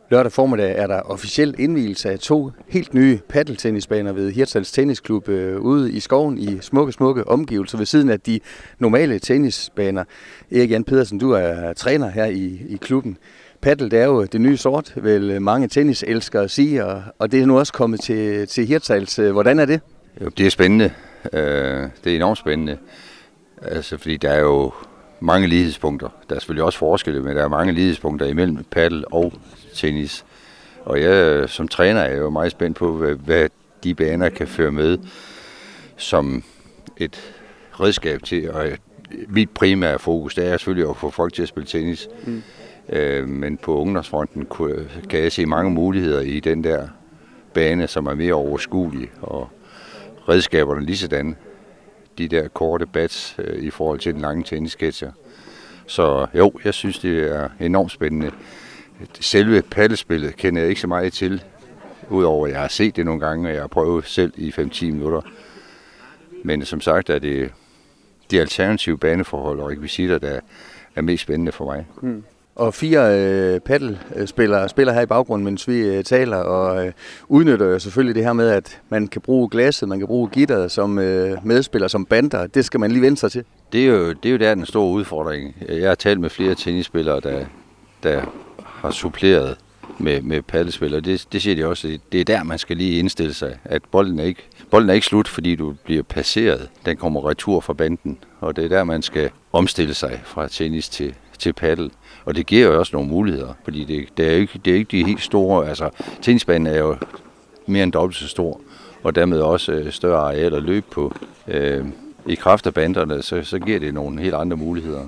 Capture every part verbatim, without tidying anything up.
Lørdag formiddag er der officiel indvielse af to helt nye paddeltennisbaner ved Hirtshals Tennisklub øh, ude i skoven i smukke, smukke omgivelser ved siden af de normale tennisbaner. Erik Jan Pedersen, du er træner her i, i klubben. Paddel, det er jo det nye sort, vil mange tenniselskere sige, og, og det er nu også kommet til, til Hirtshals. Hvordan er det? Jo, det er spændende. Det er enormt spændende. Altså, fordi der er jo mange lighedspunkter. Der er selvfølgelig også forskelle, men der er mange lighedspunkter imellem paddel og tennis. Og jeg som træner er jo meget spændt på, hvad, hvad de baner kan føre med som et redskab til. Og mit primære fokus, det er selvfølgelig at få folk til at spille tennis. Mm. Øh, men på ungdomsfronten kan jeg se mange muligheder i den der bane, som er mere overskuelig. Og redskaberne lige sådan, de der korte bats øh, i forhold til den lange tennisketcher. Så jo, jeg synes, det er enormt spændende. Selve paddelspillet kender jeg ikke så meget til, udover at jeg har set det nogle gange, og jeg har prøvet selv i fem til ti minutter. Men som sagt er det de alternative baneforhold og rekvisitter, der er mest spændende for mig. Hmm. Og fire øh, paddelspillere spiller her i baggrunden, mens vi øh, taler, og øh, udnytter jo selvfølgelig det her med, at man kan bruge glasset, man kan bruge gitteret som øh, medspiller, som bander. Det skal man lige vende sig til. Det er jo, det er jo der den store udfordring. Jeg har talt med flere tennisspillere, der, der har suppleret med, med paddelspillere. Det, det siger de også. Det er der, man skal lige indstille sig, at bolden er ikke, bolden er ikke slut, fordi du bliver passeret. Den kommer retur fra banden, og det er der, man skal omstille sig fra tennis til, til paddel. Og det giver jo også nogle muligheder, fordi det, det, er, ikke, det er ikke de helt store. Altså, tennisbanen er jo mere end dobbelt så stor, og dermed også større areal at løbe på. Øh, I kraft af banderne, så, så giver det nogle helt andre muligheder.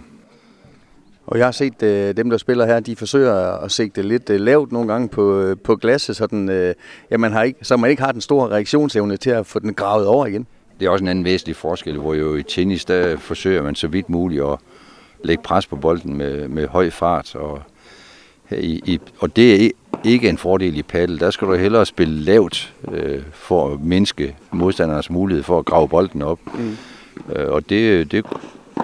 Og jeg har set øh, dem, der spiller her, de forsøger at sigte lidt øh, lavt nogle gange på, øh, på glasset, så, den, øh, ja, man har ikke, så man ikke har den store reaktionsevne til at få den gravet over igen. Det er også en anden væsentlig forskel, hvor jo i tennis, der forsøger man så vidt muligt at lægge pres på bolden med, med høj fart. Og, i, i, og det er ikke en fordel i paddel. Der skal du hellere spille lavt øh, for at mindske modstandernes mulighed for at grave bolden op. Mm. Øh, og det, det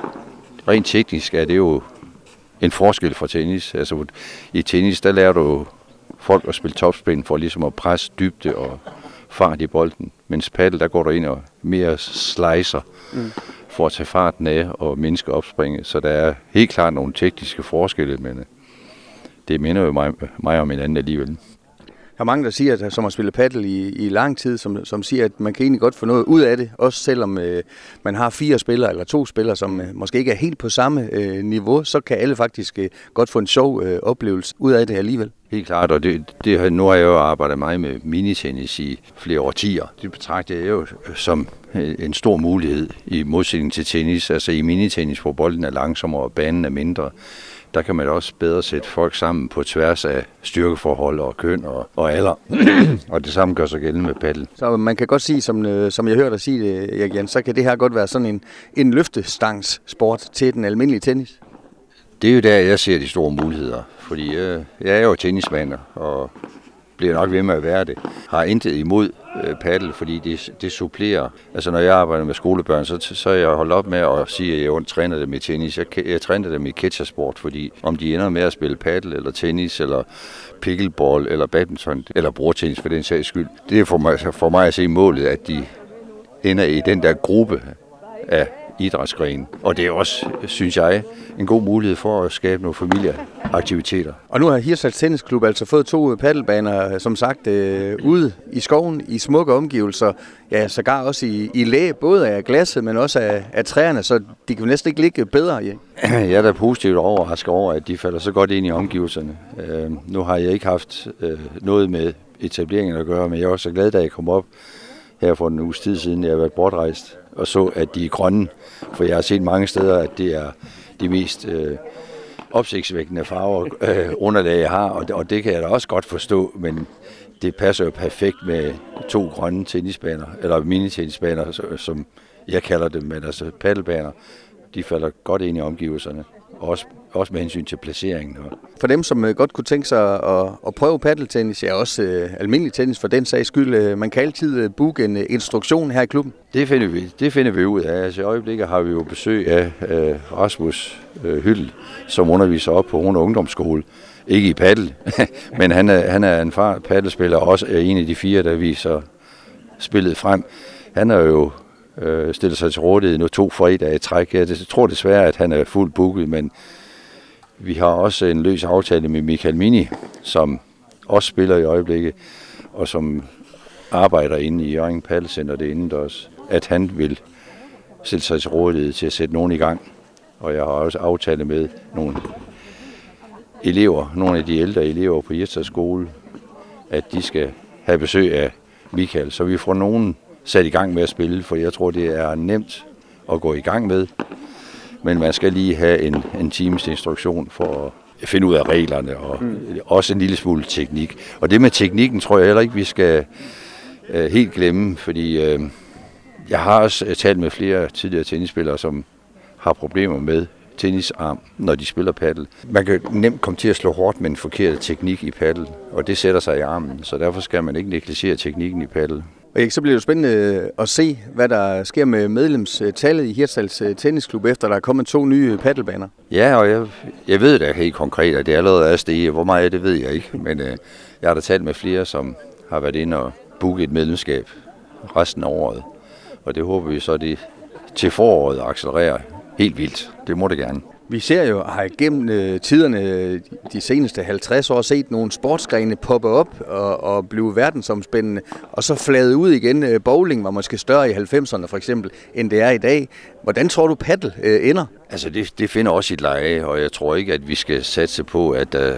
rent teknisk er det jo en forskel fra tennis. Altså i tennis, der lærer du folk at spille topspin for ligesom at presse dybde og fart i bolden. Mens paddel, der går du ind og mere slicer mm. for at tage farten af og mindske opspringet. Så der er helt klart nogle tekniske forskelle, men det minder jo mig, mig om hinanden alligevel. Der er mange, der siger, at som har spillet paddel i, i lang tid, som, som siger, at man kan egentlig godt få noget ud af det, også selvom øh, man har fire spillere eller to spillere, som øh, måske ikke er helt på samme øh, niveau, så kan alle faktisk øh, godt få en sjov øh, oplevelse ud af det alligevel. Helt klart, og det, det, nu har jeg jo arbejdet meget med minitennis i flere årtier. Det betragter jeg jo som en stor mulighed i modsætning til tennis. Altså i minitennis, hvor bolden er langsommere og banen er mindre, der kan man også bedre sætte folk sammen på tværs af styrkeforhold og køn og, og alder. Og det samme gør sig gældende med paddel. Så man kan godt sige, som, som jeg hørte dig sige det, Erik Jan, så kan det her godt være sådan en, en løftestangssport til den almindelige tennis. Det er jo der, jeg ser de store muligheder. Fordi jeg, jeg er jo tennismander og bliver nok ved med at være det. Har intet imod øh, paddel, fordi det, det supplerer. Altså når jeg arbejder med skolebørn, så, så er jeg holdt op med at sige, at jeg træner dem i tennis. Jeg, jeg træner dem i catchersport, fordi om de ender med at spille paddel eller tennis eller pickleball eller badminton eller bordtennis for den sags skyld. Det er for mig, for mig at se målet, at de ender i den der gruppe af idrætsgren. Og det er også, synes jeg, en god mulighed for at skabe nogle familieaktiviteter. Og nu har Hirtshals Tennisklub altså fået to paddelbaner, som sagt, øh, ude i skoven, i smukke omgivelser. Ja, sågar også i, i læ, både af glasset, men også af, af træerne, så de kan næsten ikke ligge bedre. Ja. Jeg er da positivt overrasket over, at de falder så godt ind i omgivelserne. Øh, nu har jeg ikke haft øh, noget med etableringen at gøre, men jeg er også så glad, da jeg kom op her for en uges tid siden, jeg har været bortrejst, og så, at de er grønne. For jeg har set mange steder, at det er de mest øh, opsigtsvækkende farver, øh, underlag, jeg har, og det, og det kan jeg da også godt forstå, men det passer jo perfekt med to grønne tennisbaner, eller mini-tennisbaner, som jeg kalder dem, men altså paddelbaner. De falder godt ind i omgivelserne, også, også med hensyn til placeringen. For dem, som godt kunne tænke sig at, at prøve paddeltennis, ja også øh, almindelig tennis for den sags skyld, øh, man kan altid booke en instruktion her i klubben. Det finder vi, det finder vi ud af. Altså, i øjeblikket har vi jo besøg af øh, Rasmus øh, Hyttel, som underviser op på Rune Ungdomsskole Ikke i paddel, men han er, han er en far paddelspiller, også er en af de fire, der viser spillet frem. Han har jo øh, stillet sig til rådighed nu to fredage i træk. Jeg tror desværre, at han er fuldt booket, men vi har også en løs aftale med Michael Mini, som også spiller i øjeblikket, og som arbejder inde i Hjørring Paddelcenter, det indendørs, at han vil stille sig til rådighed til at sætte nogen i gang. Og jeg har også aftale med nogle elever, nogle af de ældre elever på Hirtshals skole, at de skal have besøg af Michael, så vi får nogen sat i gang med at spille, for jeg tror, det er nemt at gå i gang med. Men man skal lige have en, en times instruktion for at finde ud af reglerne, og mm. også en lille smule teknik. Og det med teknikken tror jeg heller ikke, vi skal øh, helt glemme, fordi øh, jeg har også talt med flere tidligere tennisspillere, som har problemer med tennisarm, når de spiller paddel. Man kan nemt komme til at slå hårdt med en forkert teknik i paddel, og det sætter sig i armen, så derfor skal man ikke negligere teknikken i paddel. Og så bliver det jo spændende at se, hvad der sker med medlemstallet i Hirtshals Tennisklub, efter der er kommet to nye paddelbaner. Ja, og jeg, jeg ved da helt konkret, at det allerede er steget. Hvor meget det ved jeg ikke, men øh, jeg har da talt med flere, som har været inde og booket et medlemskab resten af året. Og det håber vi så, at det til foråret accelererer helt vildt. Det må det gerne. Vi ser jo, har igennem øh, tiderne de seneste halvtreds år set nogle sportsgrene poppe op og, og blive verdensomspændende, og så flade ud igen. Bowling var måske større i halvfemserne for eksempel, end det er i dag. Hvordan tror du paddel øh, ender? Altså det, det finder også et leje, og jeg tror ikke, at vi skal satse på, at øh,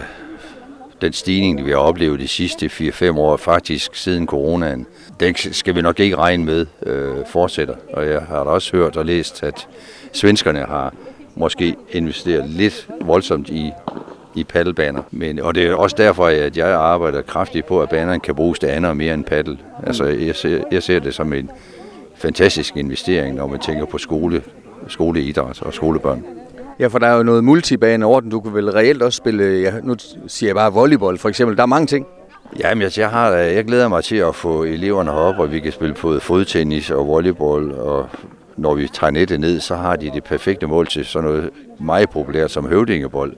den stigning, vi har oplevet de sidste fire fem år, faktisk siden coronaen, den skal vi nok ikke regne med øh, fortsætter. Og jeg har da også hørt og læst, at svenskerne har måske investeret lidt voldsomt i, i paddelbaner. Men, og det er også derfor, at jeg arbejder kraftigt på, at banerne kan bruges til andet og mere end paddel. Altså, jeg ser, jeg ser det som en fantastisk investering, når man tænker på skole, skoleidræt og skolebørn. Ja, for der er jo noget multibane over den. Du kan vel reelt også spille, ja, nu siger jeg bare volleyball for eksempel. Der er mange ting. Jamen, jeg, jeg, har, jeg glæder mig til at få eleverne herop, og vi kan spille både fodtennis og volleyball, og når vi tager nettet ned, så har de det perfekte mål til sådan noget meget populært som høvdingebold.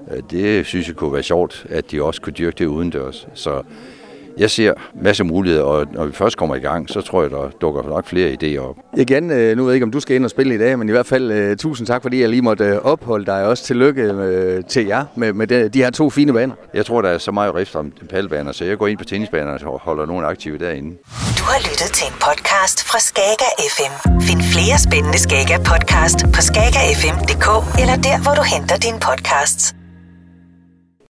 Det synes jeg kunne være sjovt, at de også kunne dyrke det udendørs. Så jeg ser masser af muligheder, og når vi først kommer i gang, så tror jeg, der dukker nok flere idéer op. Igen, nu ved jeg ikke, om du skal ind og spille i dag, men i hvert fald uh, tusind tak, fordi jeg lige måtte opholde dig. Også tillykke uh, til jer med, med de, de her to fine baner. Jeg tror, der er så meget rift om paddelbaner, så jeg går ind på tennisbanerne og holder nogen aktive derinde. Du har lyttet til en podcast fra Skaga F M. Find flere spændende Skaga podcast på skaga f m punktum d k eller der, hvor du henter dine podcasts.